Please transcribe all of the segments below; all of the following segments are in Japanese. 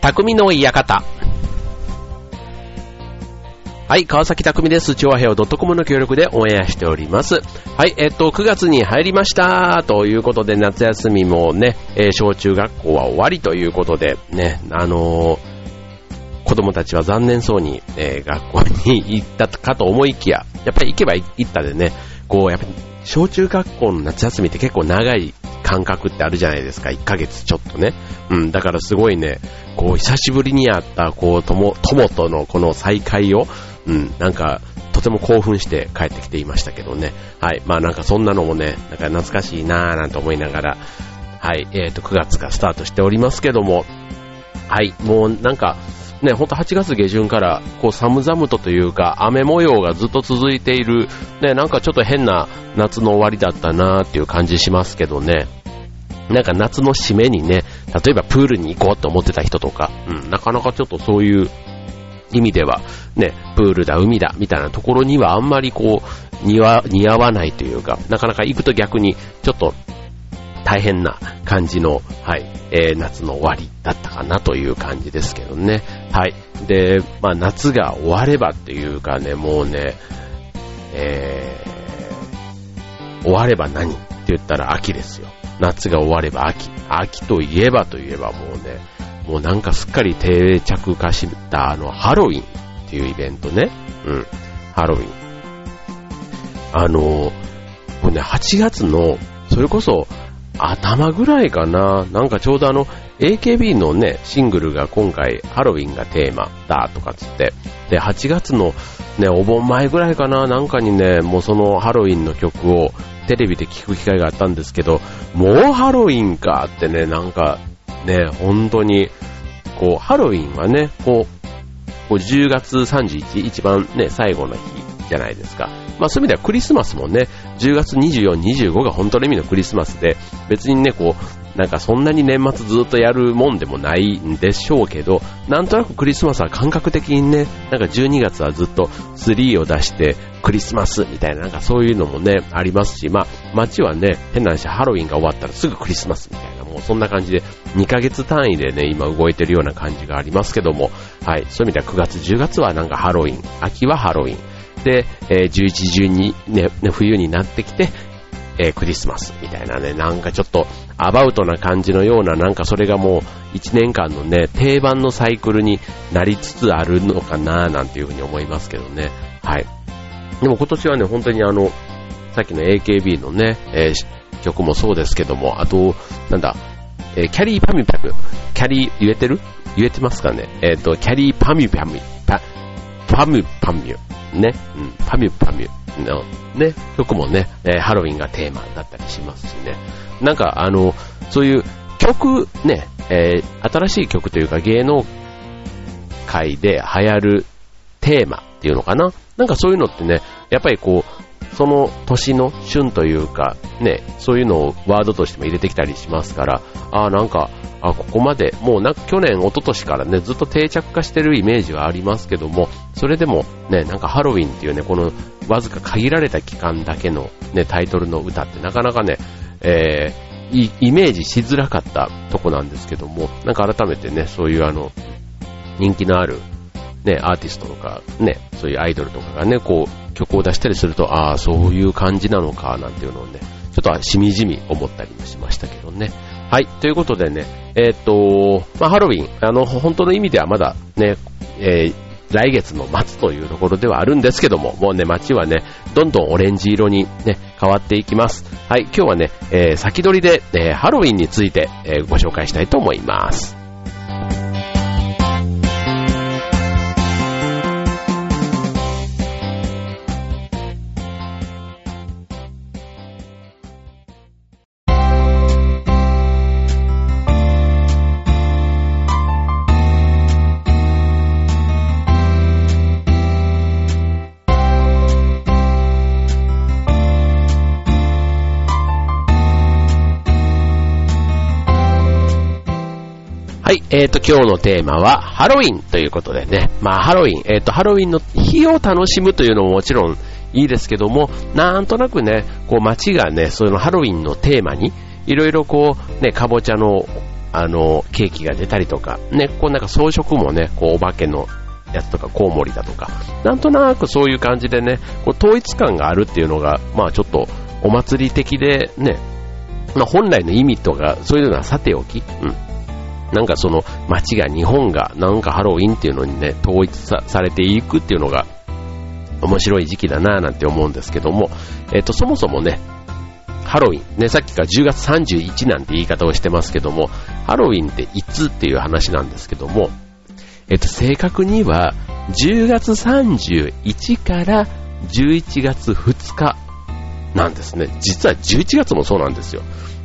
匠の館。はい、川崎匠です。調和平和 .com の協力でオンエアしております。はい、9月に入りましたということで、夏休みもね、小中学校は終わりということでね、子供たちは残念そうに、学校に行ったかと思いきや、やっぱり行けば行ったでね、こうやっぱり小中学校の夏休みって結構長い感覚ってあるじゃないですか。1ヶ月ちょっとね。だからすごいね、こう久しぶりに会ったこう友とのこの再会を、なんかとても興奮して帰ってきていましたけどね。はい、まあなんかそんなのもね、なんか懐かしいなぁなんて思いながら、はい、9月がスタートしておりますけども、はい、もうなんかね、ほんと8月下旬からこう寒々というか雨模様がずっと続いているね、なんかちょっと変な夏の終わりだったなーっていう感じしますけどね。なんか夏の締めにね、例えばプールに行こうと思ってた人とか、なかなかちょっとそういう意味ではね、プールだ海だみたいなところにはあんまりこう似合わないというか、なかなか行くと逆にちょっと大変な感じの、はい、夏の終わりだったかなという感じですけどね。はい。で、まあ夏が終わればっていうかね、もうね、終われば何って言ったら秋ですよ。夏が終われば秋。秋といえばもうね、もうなんかすっかり定着化したハロウィンっていうイベントね。ハロウィン。これね、8月の、それこそ、頭ぐらいかな、なんかちょうどAKB のね、シングルが今回ハロウィンがテーマだとかつって、で、8月のね、お盆前ぐらいかな、なんかにね、もうそのハロウィンの曲をテレビで聴く機会があったんですけど、もうハロウィンかってね、なんかね、本当に、こう、ハロウィンはね、こう10月31、一番ね、最後の日じゃないですか。まあそういう意味ではクリスマスもね、10月24、25が本当の意味のクリスマスで、別にね、こう、なんかそんなに年末ずっとやるもんでもないんでしょうけど、なんとなくクリスマスは感覚的にね、なんか12月はずっとツリーを出してクリスマスみたいな、なんかそういうのもね、ありますし、まあ街はね、変な話、ハロウィンが終わったらすぐクリスマスみたいな、もうそんな感じで2ヶ月単位でね、今動いてるような感じがありますけども、はい、そういう意味では9月、10月はなんかハロウィン、秋はハロウィン。で、11、12、ね、冬になってきて、クリスマスみたいなね、なんかちょっとアバウトな感じのような、なんかそれがもう1年間のね、定番のサイクルになりつつあるのかななんていうふうに思いますけどね。はい。でも今年はね、本当にさっきの AKB のね、曲もそうですけども、あと、なんだ、キャリーパミュパミュ。キャリー、言えてますかね。キャリーパミュパミュ。パミュパミュ。ね、パミュパミュのね、曲もね、ハロウィンがテーマだったりしますしね。なんかそういう曲ね、新しい曲というか芸能界で流行るテーマっていうのかな。なんかそういうのってね、やっぱりこう、その年の旬というか、ね、そういうのをワードとしても入れてきたりしますから、なんか、ここまで、もうなんか去年、一昨年からね、ずっと定着化してるイメージはありますけども、それでもね、なんかハロウィンっていうね、このわずか限られた期間だけのね、タイトルの歌ってなかなかね、イメージしづらかったとこなんですけども、なんか改めてね、そういう人気のあるね、アーティストとかね、そういうアイドルとかがね、こう、曲を出したりすると、そういう感じなのか、なんていうのをね、ちょっとしみじみ思ったりもしましたけどね。はい、ということでね、まあ、ハロウィン、本当の意味ではまだね、来月の末というところではあるんですけども、もうね、街はね、どんどんオレンジ色にね、変わっていきます。はい、今日はね、先取りで、ハロウィンについて、ご紹介したいと思います。はい、今日のテーマはハロウィンということでね、まあハロウィン、ハロウィンの日を楽しむというのももちろんいいですけども、なんとなくね、こう街がね、そのハロウィンのテーマにいろいろこうね、かぼちゃのケーキが出たりとか、ね、こうなんか装飾もね、こうお化けのやつとかコウモリだとか、なんとなくそういう感じでね、こう統一感があるっていうのが、まあちょっとお祭り的でね、まあ本来の意味とかそういうのはさておき、なんかその街が、日本がなんかハロウィンっていうのにね、統一 されていくっていうのが面白い時期だなぁなんて思うんですけども、そもそもね、ハロウィンね、さっきから10月31なんて言い方をしてますけども、ハロウィンっていつっていう話なんですけども、正確には10月31から11月2日なんですね。実は11月もそうなんですよ。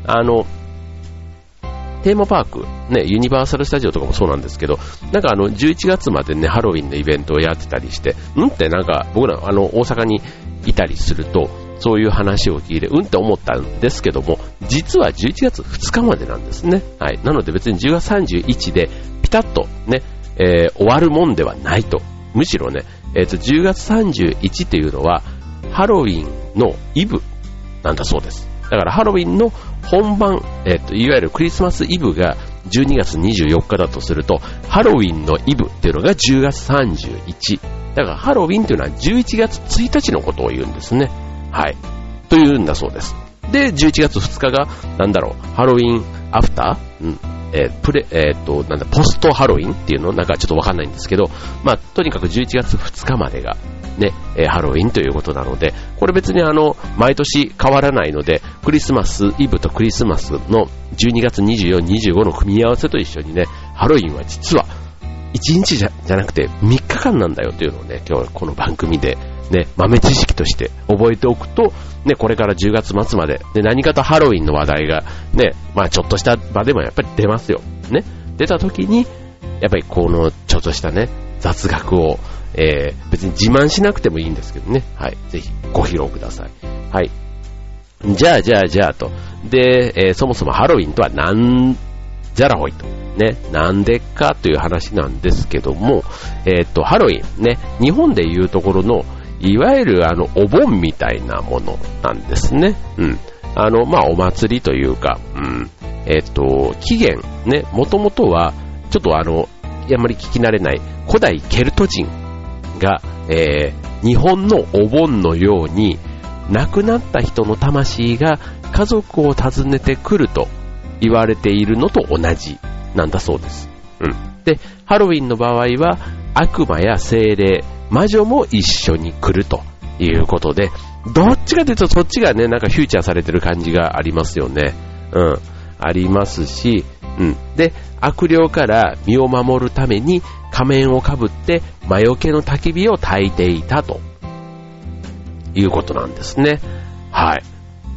テーマパーク、ね、ユニバーサルスタジオとかもそうなんですけど、なんか11月までね、ハロウィンのイベントをやってたりして、ってなんか僕ら大阪にいたりすると、そういう話を聞いて、って思ったんですけども、実は11月2日までなんですね。はい。なので別に10月31でピタッとね、終わるもんではないと。むしろね、10月31っていうのは、ハロウィンのイブなんだそうです。だからハロウィンの本番、いわゆるクリスマスイブが12月24日だとすると、ハロウィンのイブっていうのが10月31。だからハロウィンっていうのは11月1日のことを言うんですね。はい。というんだそうです。で、11月2日が、ハロウィンアフター、ポストハロウィンっていうのなんかちょっとわかんないんですけど、まあ、とにかく11月2日までが、ね、ハロウィンということなので、これ別に毎年変わらないので、クリスマスイブとクリスマスの12月24、25の組み合わせと一緒にね、ハロウィンは実は1日じゃなくて3日間なんだよというのをね、今日この番組でね、豆知識として覚えておくと、ね、これから10月末まで、ね、何かとハロウィンの話題がね、まあちょっとした場でもやっぱり出ますよ。ね。出た時に、やっぱりこのちょっとしたね、雑学を、別に自慢しなくてもいいんですけどね。はい。ぜひご披露ください。はい。じゃあと。で、そもそもハロウィンとはなんじゃらほいと。ね。なんでかという話なんですけども、ハロウィンね、日本でいうところの、いわゆるお盆みたいなものなんですね。まあ、お祭りというか、起源ね、もともとは、ちょっとあんまり聞き慣れない古代ケルト人が、日本のお盆のように亡くなった人の魂が家族を訪ねてくると言われているのと同じなんだそうです。で、ハロウィンの場合は悪魔や精霊、魔女も一緒に来るということで、どっちかというとそっちがね、なんかフューチャーされてる感じがありますよね。ありますし、で、悪霊から身を守るために仮面をかぶって魔除けの焚き火を焚いていたということなんですね。はい。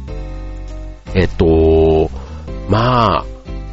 ま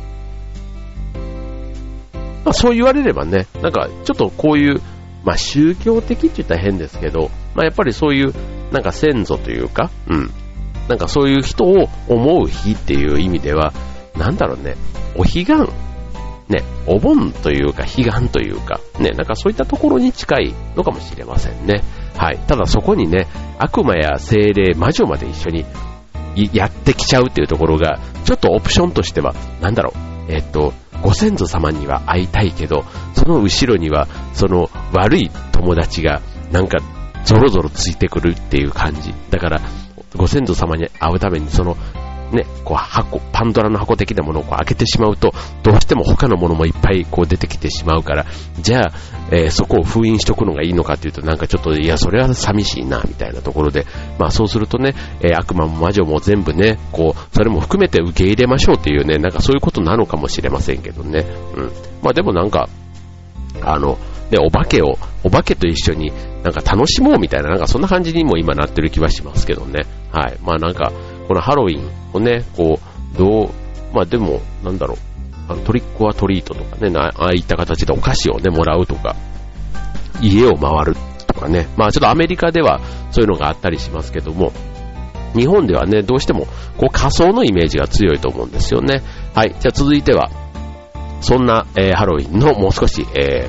あそう言われればね、なんかちょっとこういう、まあ宗教的って言ったら変ですけど、まあやっぱりそういうなんか先祖というか、なんかそういう人を思う日っていう意味では、なんだろうね、お彼岸ね、お盆というか彼岸というかね、なんかそういったところに近いのかもしれませんね。はい。ただそこにね、悪魔や精霊、魔女まで一緒にやってきちゃうっていうところが、ちょっとオプションとしては、なんだろう、ご先祖様には会いたいけど、その後ろにはその悪い友達がなんかゾロゾロついてくるっていう感じ。だからご先祖様に会うためにそのね、こうパンドラの箱的なものをこう開けてしまうと、どうしても他のものもいっぱいこう出てきてしまうから、じゃあ、そこを封印しとくのがいいのかというと、なんかちょっと、いや、それは寂しいな、みたいなところで、まあそうするとね、悪魔も魔女も全部ね、こう、それも含めて受け入れましょうっていうね、なんかそういうことなのかもしれませんけどね。まあでもなんか、ね、お化けと一緒になんか楽しもうみたいな、なんかそんな感じにも今なってる気はしますけどね。はい。まあなんか、このハロウィンをね、こう、まあでも、なんだろう、トリックはトリートとかね、ああいった形でお菓子をね、もらうとか、家を回るとかね、まあちょっとアメリカではそういうのがあったりしますけども、日本ではね、どうしても、こう仮装のイメージが強いと思うんですよね。はい。じゃあ続いては、そんな、ハロウィンのもう少し、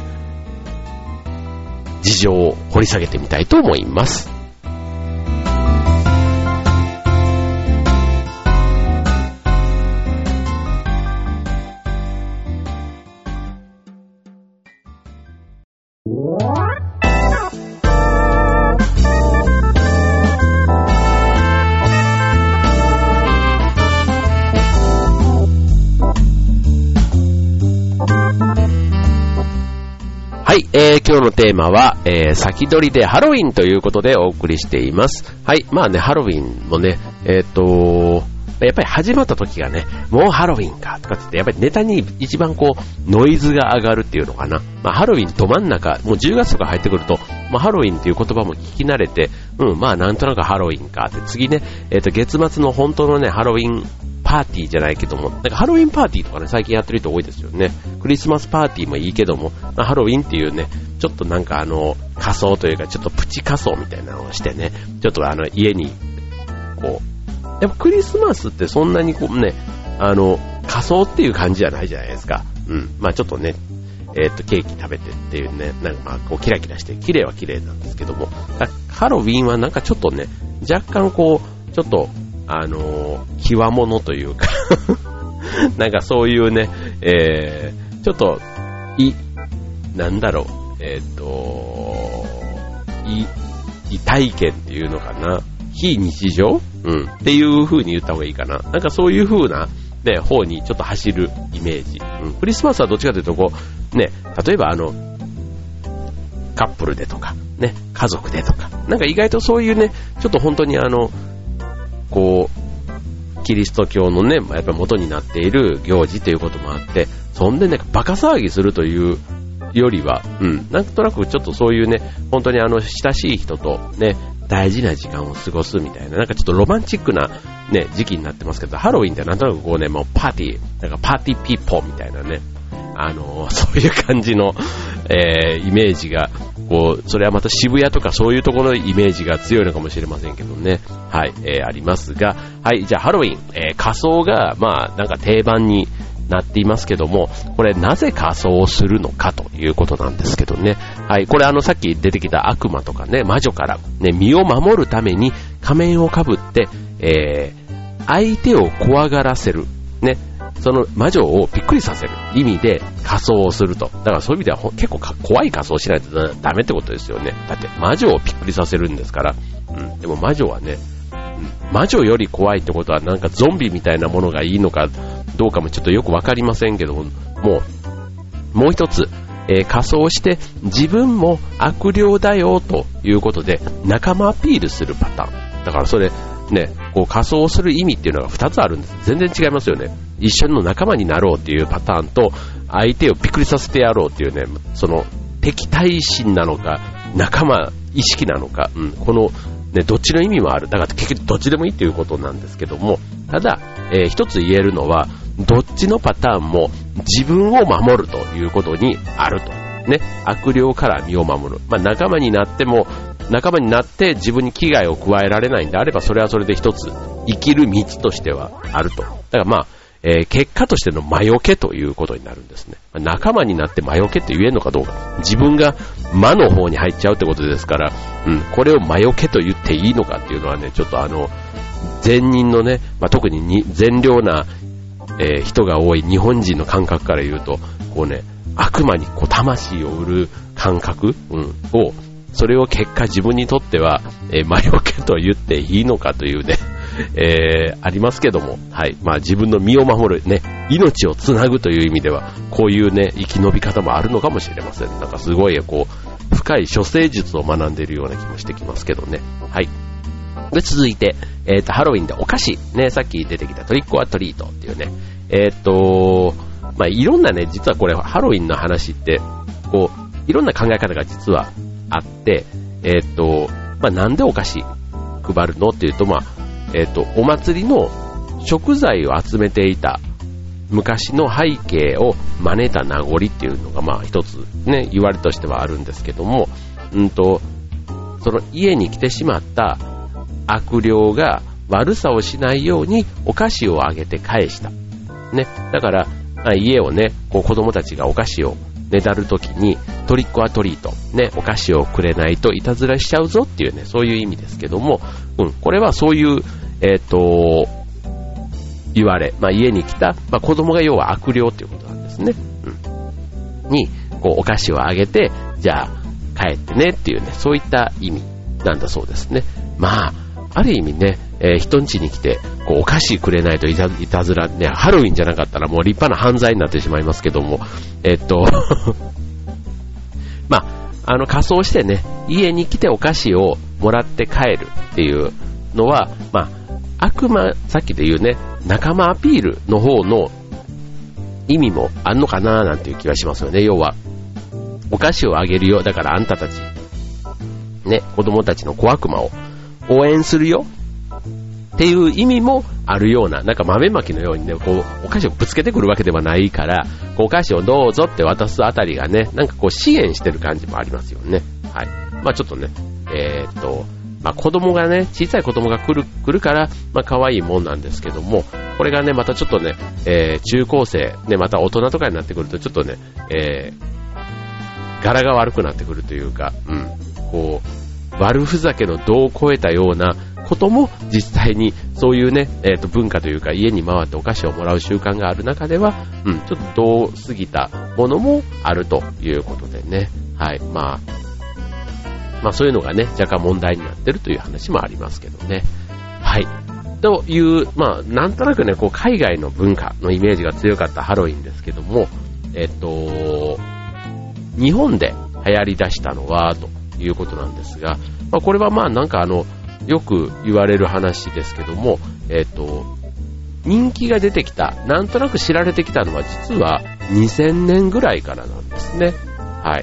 事情を掘り下げてみたいと思います。 はい、今日のテーマは、先取りでハロウィンということでお送りしています。はい、まあね、ハロウィンもね、やっぱり始まった時がね、もうハロウィンかとかって、やっぱりネタに一番こう、ノイズが上がるっていうのかな。まあハロウィンど真ん中、もう10月とか入ってくると、まあハロウィンっていう言葉も聞き慣れて、まあなんとなくハロウィンかって、次ね、月末の本当のね、ハロウィンパーティーじゃないけども、なんかハロウィンパーティーとかね、最近やってる人多いですよね。クリスマスパーティーもいいけども、まあ、ハロウィンっていうね、ちょっとなんか仮装というか、ちょっとプチ仮装みたいなのをしてね、ちょっと家に、こう、やっぱクリスマスってそんなにこうね、仮装っていう感じじゃないじゃないですか。まあちょっとね、ケーキ食べてっていうね、なんかまあこうキラキラして、綺麗は綺麗なんですけども、ハロウィンはなんかちょっとね、若干こう、ちょっと、際物というか、なんかそういうね、ちょっと、なんだろう、異体験っていうのかな。非日常っていう風に言った方がいいかな。なんかそういう風な、ね、方にちょっと走るイメージ。クリスマスはどっちかというとこう、ね、例えばカップルでとか、ね、家族でとか、なんか意外とそういうね、ちょっと本当にこう、キリスト教のね、やっぱり元になっている行事ということもあって、そんでね、バカ騒ぎするというよりは、なんとなくちょっとそういうね、本当に親しい人とね、大事な時間を過ごすみたいな、なんかちょっとロマンチックなね、時期になってますけど、ハロウィンってなんとなくこうね、もうパーティー、なんかパーティーピーポーみたいなね、そういう感じの、イメージが、こう、それはまた渋谷とかそういうところのイメージが強いのかもしれませんけどね。はい、ありますが、はい、じゃあハロウィン、仮装が、まあ、なんか定番になっていますけども、これなぜ仮装をするのかということなんですけどね。はい、これさっき出てきた悪魔とかね、魔女から、ね、身を守るために仮面をかぶって、相手を怖がらせる。ね。その魔女をびっくりさせる意味で仮装をすると。だからそういう意味では結構怖い仮装をしないとダメってことですよね。だって魔女をびっくりさせるんですから。でも魔女はね、魔女より怖いってことはなんかゾンビみたいなものがいいのかどうかもちょっとよくわかりませんけども、もう一つ、仮装して自分も悪霊だよということで仲間アピールするパターン。だからそれね、こう仮装する意味っていうのが2つあるんです。全然違いますよね。一緒の仲間になろうっていうパターンと、相手をびっくりさせてやろうっていうね、その敵対心なのか仲間意識なのか、このね、どっちの意味もある。だから結局どっちでもいいっていうことなんですけども、ただ、一つ言えるのは、どっちのパターンも自分を守るということにあると。ね、悪霊から身を守る。まあ仲間になって自分に危害を加えられないんであれば、それはそれで一つ生きる道としてはあると。だからまあ、結果としての魔除けということになるんですね。仲間になって魔除けって言えるのかどうか。自分が魔の方に入っちゃうってことですから、これを魔除けと言っていいのかっていうのはね、ちょっと善人のね、まあ、特に善良な、人が多い日本人の感覚から言うと、こうね、悪魔にこう魂を売る感覚、を、それを結果自分にとっては、魔除けと言っていいのかというね、ありますけども、はい。まあ自分の身を守るね、命をつなぐという意味では、こういうね、生き延び方もあるのかもしれません。なんかすごい、こう、深い処世術を学んでいるような気もしてきますけどね。はい。で、続いて、ハロウィンでお菓子。ね、さっき出てきたトリックオアトリートっていうね。まあいろんなね、実はこれ、ハロウィンの話って、こう、いろんな考え方が実はあって、まあなんでお菓子配るのっていうと、まあ、お祭りの食材を集めていた昔の背景を真似た名残っていうのがまあ一つね、言われとしてはあるんですけども、その家に来てしまった悪霊が悪さをしないようにお菓子をあげて返した。ね。だから、家をね、こう子供たちがお菓子をねだるときにトリックオアトリート、ね、お菓子をくれないといたずらしちゃうぞっていうね、そういう意味ですけども、これはそういう、言われ、まあ家に来た、まあ子供が要は悪霊っていうことなんですね。に、こうお菓子をあげて、じゃあ帰ってねっていうね、そういった意味なんだそうですね。まあ、ある意味ね、人ん家に来て、こうお菓子くれないといたずら、ね、ハロウィンじゃ仮装してね、家に来てお菓子をもらって帰るっていうのは、さっきで言うね、仲間アピールの方の意味もあんのかななんていう気がしますよね。要は、お菓子をあげるよ。だからあんたたち、ね、子供たちの小悪魔を応援するよっていう意味もあるような、なんか豆まきのようにね、お菓子をぶつけてくるわけではないから、お菓子をどうぞって渡すあたりがね、なんか支援してる感じもありますよね。はい。ちょっとね、子供がね、小さい子供が来るから、可愛いもんなんですけども、これがね、またちょっとね、中高生、ね、また大人とかになってくると、ちょっとね、柄が悪くなってくるというか、悪ふざけの度を超えたようなことも実際にそういうね、文化というか家に回ってお菓子をもらう習慣がある中では、ちょっと度を過ぎたものもあるということでね、はい、そういうのがね、若干問題になってるという話もありますけどね。はい。という、なんとなくね、海外の文化のイメージが強かったハロウィンですけども、日本で流行り出したのは、ということなんですが、これはなんかよく言われる話ですけども、人気が出てきた、なんとなく知られてきたのは実は2000年ぐらいからなんですね。はい。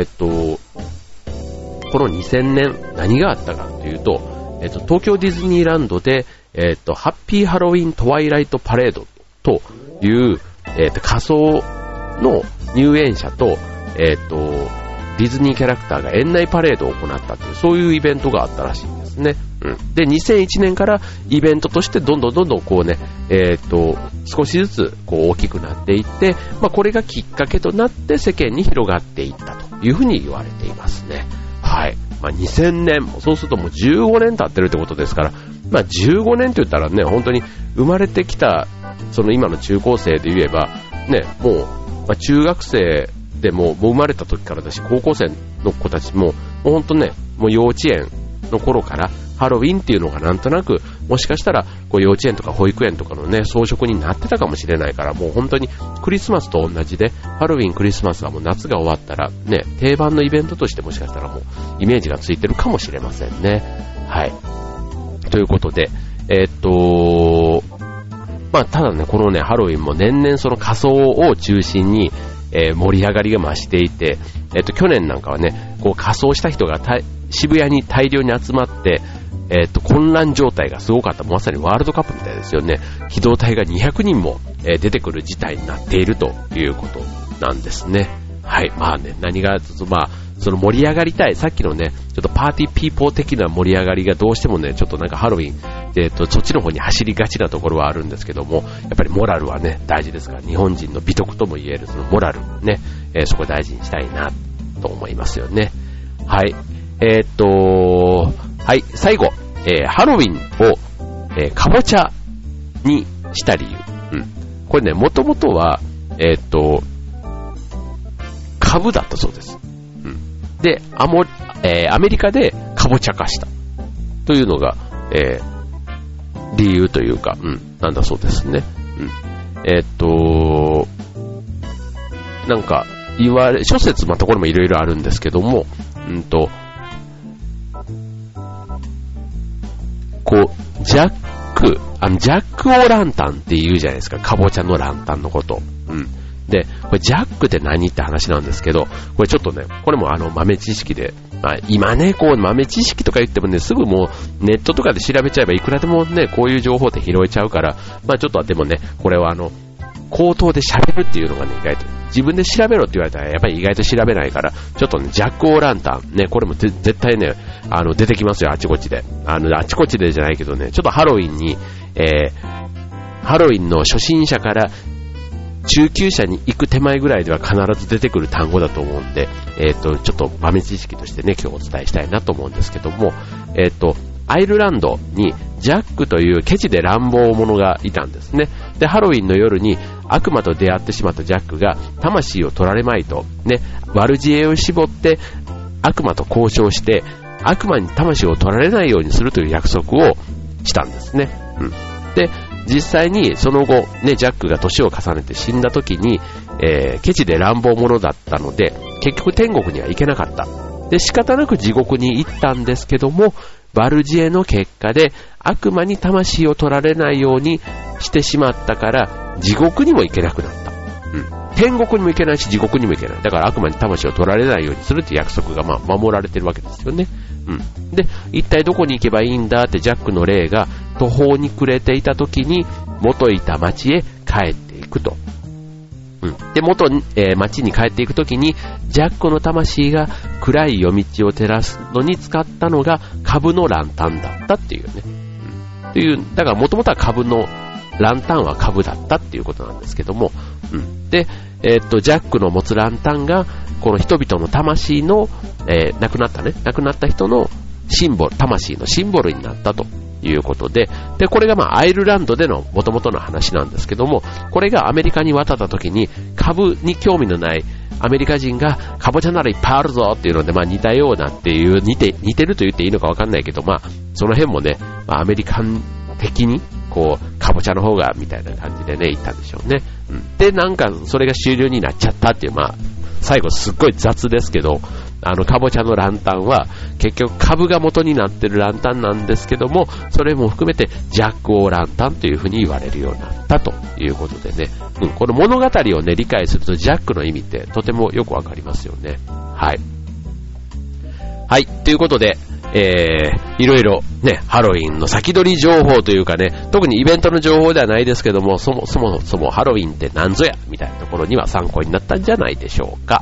この2000年何があったかというと、東京ディズニーランドで、ハッピーハロウィントワイライトパレードという、仮装の入園者と、ディズニーキャラクターが園内パレードを行ったという、そういうイベントがあったらしいんですね。で、2001年からイベントとしてどんどん少しずつ大きくなっていって、これがきっかけとなって世間に広がっていったというふうに言われていますね。はい。2000年、そうするともう15年経ってるってことですから、15年と言ったらね、本当に生まれてきた、その今の中高生で言えば、ね、もう、中学生でもう生まれた時からだし、高校生の子たちも、もう本当ね、もう幼稚園の頃からハロウィンっていうのがなんとなく、もしかしたら幼稚園とか保育園とかのね、装飾になってたかもしれないから、もう本当にクリスマスと同じで、ハロウィン、クリスマスはもう夏が終わったらね、定番のイベントとしてもしかしたらもうイメージがついてるかもしれませんね。はい。ということで、ただね、このね、ハロウィンも年々その仮装を中心に、盛り上がりが増していて、去年なんかはね、仮装した人が渋谷に大量に集まって、混乱状態がすごかった。まさにワールドカップみたいですよね。機動隊が200人も、出てくる事態になっているということなんですね。はい。何が、その盛り上がりたい。さっきのね、ちょっとパーティーピーポー的な盛り上がりがどうしてもね、ちょっとなんかハロウィン、そっちの方に走りがちなところはあるんですけども、やっぱりモラルはね、大事ですから、日本人の美徳とも言えるそのモラルね、そこ大事にしたいな、と思いますよね。はい。はい、最後、ハロウィンを、かぼちゃにした理由。これね、もともとは、株だったそうです。で、アメリカでかぼちゃ化したというのが、理由というか、なんだそうですね。なんか諸説ところもいろいろあるんですけども、ジャックオーランタンって言うじゃないですか、かぼちゃのランタンのこと。で、これジャックって何って話なんですけど、これちょっとね、これも豆知識で、今ね、豆知識とか言ってもね、すぐもうネットとかで調べちゃえばいくらでもね、こういう情報って拾えちゃうから、ちょっとでもね、これは口頭で喋るっていうのがね、意外と、自分で調べろって言われたら、やっぱり意外と調べないから、ちょっとね、ジャックオーランタン、ね、これも絶対ね、出てきますよ、あちこちで。あちこちでじゃないけどね、ちょっとハロウィンに、ハロウィンの初心者から中級者に行く手前ぐらいでは必ず出てくる単語だと思うんで、ちょっと豆知識としてね、今日お伝えしたいなと思うんですけども、アイルランドにジャックというケチで乱暴者がいたんですね。で、ハロウィンの夜に悪魔と出会ってしまったジャックが魂を取られまいと、ね、悪知恵を絞って悪魔と交渉して悪魔に魂を取られないようにするという約束をしたんですね。で、実際にその後、ね、ジャックが年を重ねて死んだ時に、ケチで乱暴者だったので、 結局天国には行けなかった。で、仕方なく地獄に行ったんですけども、バルジエの結果で悪魔に魂を取られないようにしてしまったから、地獄にも行けなくなった。天国にも行けないし地獄にも行けない。だから悪魔に魂を取られないようにするって約束が守られてるわけですよね。で、一体どこに行けばいいんだってジャックの霊が途方に暮れていた時に元いた町へ帰っていくと。で、町に帰っていく時にジャックの魂が暗い夜道を照らすのに使ったのが株のランタンだったっていうね。だから元々は株のランタンは株だったっていうことなんですけども、で、ジャックの持つランタンがこの人々の魂の、亡くなった人のシンボル、魂のシンボルになったということで、これがアイルランドでの元々の話なんですけども、これがアメリカに渡った時に株に興味のないアメリカ人がカボチャならいっぱいあるぞっていうので、似たようなっていう、似てると言っていいのかわかんないけど、その辺もね、アメリカン的にカボチャの方がみたいな感じでね、言ったんでしょうね。で、なんかそれが主流になっちゃったっていう、最後すっごい雑ですけど、カボチャのランタンは結局株が元になってるランタンなんですけども、それも含めてジャック・オー・ランタンというふうに言われるようになったということでね、この物語をね、理解するとジャックの意味ってとてもよくわかりますよね。はい。はい、ということで、いろいろね、ハロウィンの先取り情報というかね、特にイベントの情報ではないですけども、そもそもハロウィンって何ぞやみたいなところには参考になったんじゃないでしょうか。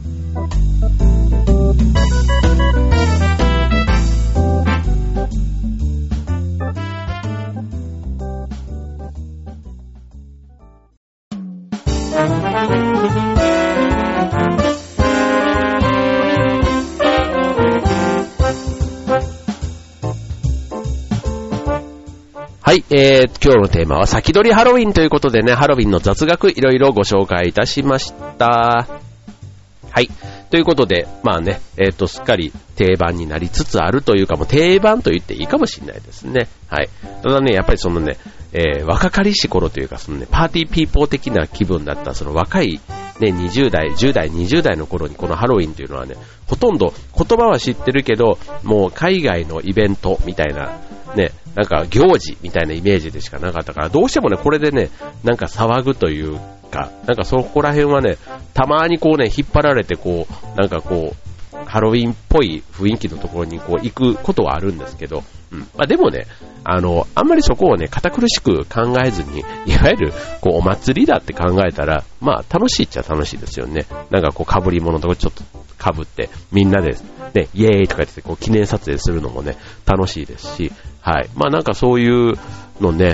はい、今日のテーマは先取りハロウィンということでね、ハロウィンの雑学いろいろご紹介いたしました。はい。ということで、すっかり定番になりつつあるというか、もう定番と言っていいかもしれないですね。はい。ただね、やっぱりそのね、若かりし頃というか、そのね、パーティーピーポー的な気分だったその若いね、20代、10代、20代の頃にこのハロウィンというのはね、ほとんど言葉は知ってるけど、もう海外のイベントみたいな、ね、なんか行事みたいなイメージでしかなかったから、どうしてもね、これでね、なんか騒ぐというか、なんかそこら辺はね、たまにこうね、引っ張られてなんかハロウィンっぽい雰囲気のところに行くことはあるんですけど、でもね、あんまりそこをね、堅苦しく考えずに、いわゆるお祭りだって考えたら、楽しいっちゃ楽しいですよね。なんか被り物とかちょっと被って、みんなでね、イエーイとか言って記念撮影するのもね、楽しいですし、はい。なんかそういうのね、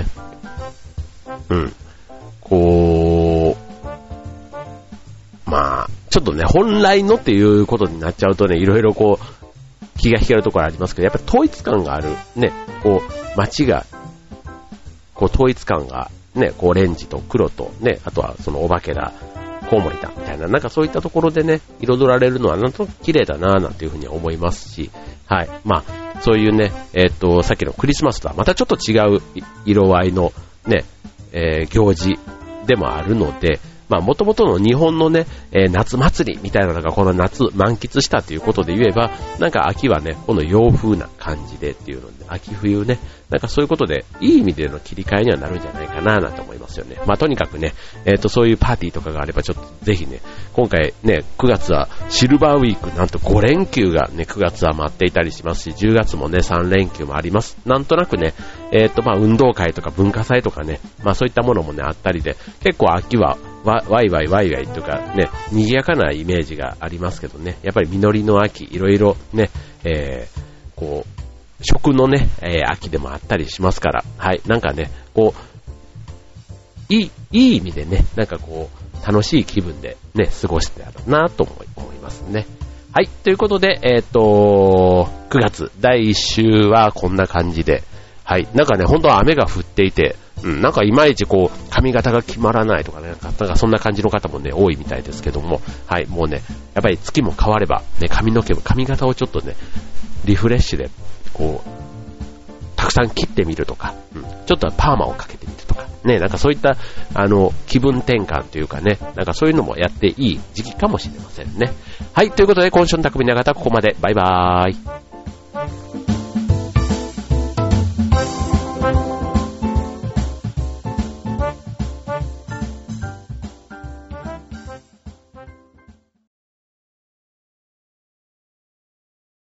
ちょっとね、本来のっていうことになっちゃうとね、いろいろ気が引けるところありますけど、やっぱり統一感がある、ね、街が、統一感が、ね、オレンジと黒と、ね、あとはそのお化けだ、コウモリだ、みたいな、なんかそういったところでね、彩られるのはなんとなく綺麗だなぁなんていうふうに思いますし、はい。そういうね、さっきのクリスマスとはまたちょっと違う色合いのね、行事でもあるので、元々の日本のね、夏祭りみたいなのがこの夏満喫したということで言えば、なんか秋はね、この洋風な感じでっていうので、秋冬ね、なんかそういうことで、いい意味での切り替えにはなるんじゃないかななんて思いますよね。とにかくね、そういうパーティーとかがあればちょっとぜひね、今回ね、9月はシルバーウィーク、なんと5連休がね、9月は待っていたりしますし、10月もね、3連休もあります。なんとなくね、運動会とか文化祭とかね、そういったものもね、あったりで、結構秋はワイワイというかね、賑やかなイメージがありますけどね、やっぱり実りの秋、いろいろね、食のね、秋でもあったりしますから、はい、なんかね、いい意味でね、なんか楽しい気分でね、過ごしてあるなと思いますね。はい、ということで、9月第1週はこんな感じで、はい、なんかね、本当は雨が降っていて、なんかいまいち髪型が決まらないとかね、なんかそんな感じの方もね、多いみたいですけども、はい、もうね、やっぱり月も変われば、ね、髪型をちょっとね、リフレッシュで、たくさん切ってみるとか、ちょっとパーマをかけてみるとか、 ね、なんかそういった、気分転換というかね、なんかそういうのもやっていい時期かもしれませんね。はい、ということで今週の匠の館ここまで。バイバーイ。